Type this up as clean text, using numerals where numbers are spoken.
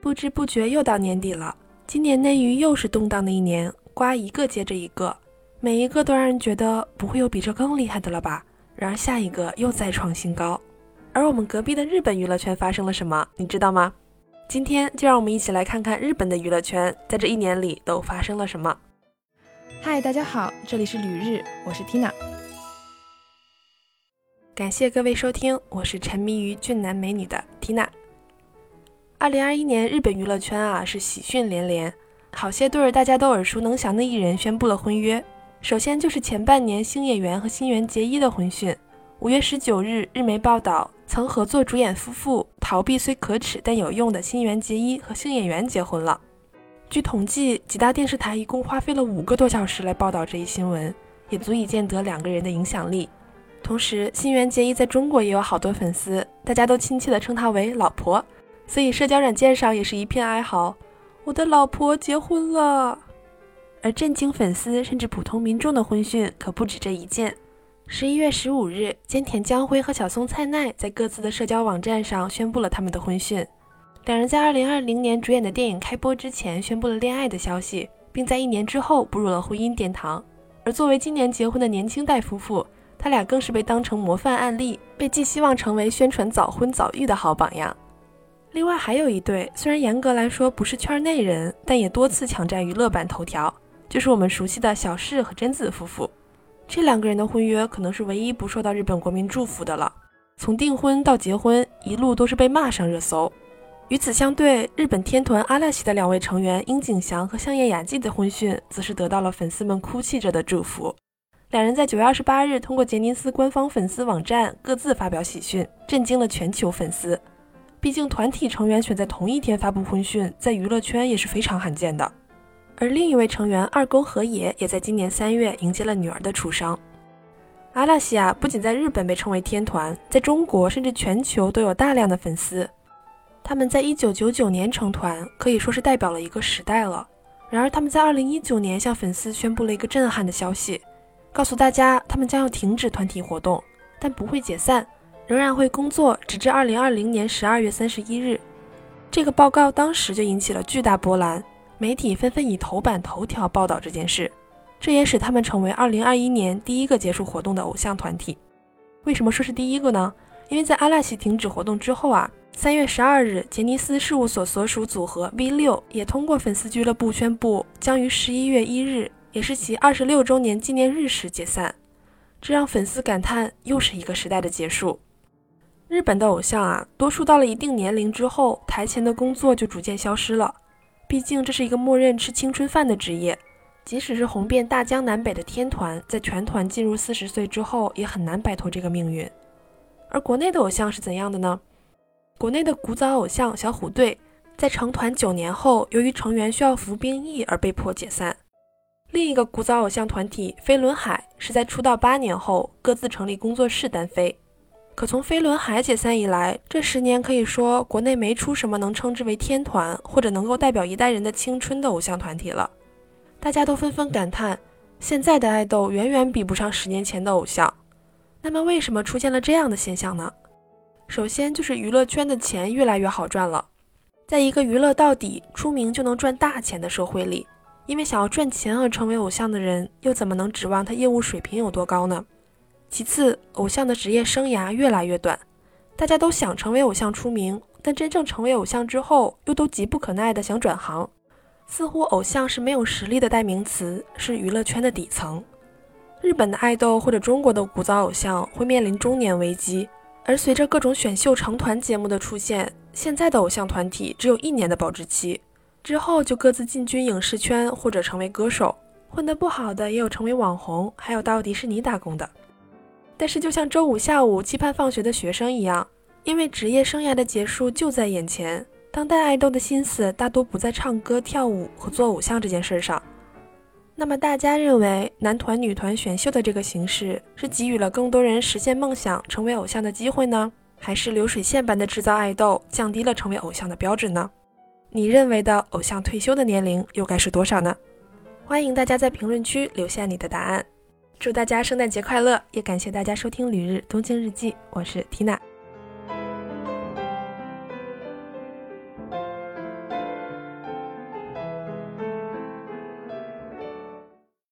不知不觉又到年底了，今年内娱又是动荡的一年，瓜一个接着一个，每一个都让人觉得不会有比这更厉害的了吧。然而下一个又再创新高。而我们隔壁的日本娱乐圈发生了什么，你知道吗？今天就让我们一起来看看日本的娱乐圈在这一年里都发生了什么。 嗨，大家好，这里是旅日，我是 Tina。 感谢各位收听，我是沉迷于俊男美女的 Tina。2021年日本娱乐圈是喜讯连连，好些对大家都耳熟能详的艺人宣布了婚约。首先就是前半年星野源和新垣结衣的婚讯。5月19日，日媒报道，曾合作主演夫妇逃避虽可耻但有用的新垣结衣和星野源结婚了。据统计，几大电视台一共花费了5个多小时来报道这一新闻，也足以见得两个人的影响力。同时，新垣结衣在中国也有好多粉丝，大家都亲切地称她为老婆，所以社交软件上也是一片哀嚎，我的老婆结婚了。而震惊粉丝甚至普通民众的婚讯可不止这一件。11月15日，菅田将晖和小松菜奈在各自的社交网站上宣布了他们的婚讯。两人在2020年主演的电影开播之前宣布了恋爱的消息，并在1年之后步入了婚姻殿堂。而作为今年结婚的年轻代夫妇，他俩更是被当成模范案例，被寄希望成为宣传早婚早育的好榜样。另外还有一对，虽然严格来说不是圈内人，但也多次抢占娱乐版头条，就是我们熟悉的小室和贞子夫妇。这两个人的婚约可能是唯一不受到日本国民祝福的了，从订婚到结婚一路都是被骂上热搜。与此相对，日本天团阿拉西的2位成员樱井翔和相叶雅纪的婚讯则是得到了粉丝们哭泣着的祝福。两人在9月28日通过杰尼斯官方粉丝网站各自发表喜讯，震惊了全球粉丝。毕竟团体成员选在同一天发布婚讯，在娱乐圈也是非常罕见的。而另一位成员二宫和也也在今年3月迎接了女儿的出生。阿拉西不仅在日本被称为天团，在中国甚至全球都有大量的粉丝。他们在1999年成团，可以说是代表了一个时代了。然而他们在2019年向粉丝宣布了一个震撼的消息，告诉大家他们将要停止团体活动，但不会解散，仍然会工作直至2020年12月31日。这个报告当时就引起了巨大波澜，媒体纷纷以头版头条报道这件事，这也使他们成为2021年第一个结束活动的偶像团体。为什么说是第一个呢？因为在阿拉西停止活动之后3月12日，杰尼斯事务所所属组合 V6 也通过粉丝俱乐部宣布将于11月1日，也是其26周年纪念日时解散。这让粉丝感叹又是一个时代的结束。日本的偶像多数到了一定年龄之后，台前的工作就逐渐消失了。毕竟这是一个默认吃青春饭的职业，即使是红遍大江南北的天团，在全团进入40岁之后，也很难摆脱这个命运。而国内的偶像是怎样的呢？国内的古早偶像小虎队，在成团9年后，由于成员需要服兵役而被迫解散。另一个古早偶像团体飞轮海，是在出道8年后，各自成立工作室单飞。可从飞轮海解散以来，这10年可以说国内没出什么能称之为天团或者能够代表一代人的青春的偶像团体了。大家都纷纷感叹，现在的爱豆远远比不上10年前的偶像。那么为什么出现了这样的现象呢？首先就是娱乐圈的钱越来越好赚了。在一个娱乐到底、出名就能赚大钱的社会里，因为想要赚钱而成为偶像的人，又怎么能指望他业务水平有多高呢？其次，偶像的职业生涯越来越短，大家都想成为偶像出名，但真正成为偶像之后，又都急不可耐地想转行。似乎偶像是没有实力的代名词，是娱乐圈的底层。日本的爱豆或者中国的古早偶像会面临中年危机，而随着各种选秀成团节目的出现，现在的偶像团体只有1年的保质期，之后就各自进军影视圈或者成为歌手，混得不好的也有成为网红，还有到迪士尼打工的。但是就像周五下午期盼放学的学生一样，因为职业生涯的结束就在眼前，当代爱豆的心思大多不在唱歌跳舞和做偶像这件事上。那么大家认为男团女团选秀的这个形式是给予了更多人实现梦想成为偶像的机会呢，还是流水线般的制造爱豆降低了成为偶像的标准呢？你认为的偶像退休的年龄又该是多少呢？欢迎大家在评论区留下你的答案。祝大家圣诞节快乐，也感谢大家收听旅日东京日记，我是缇娜。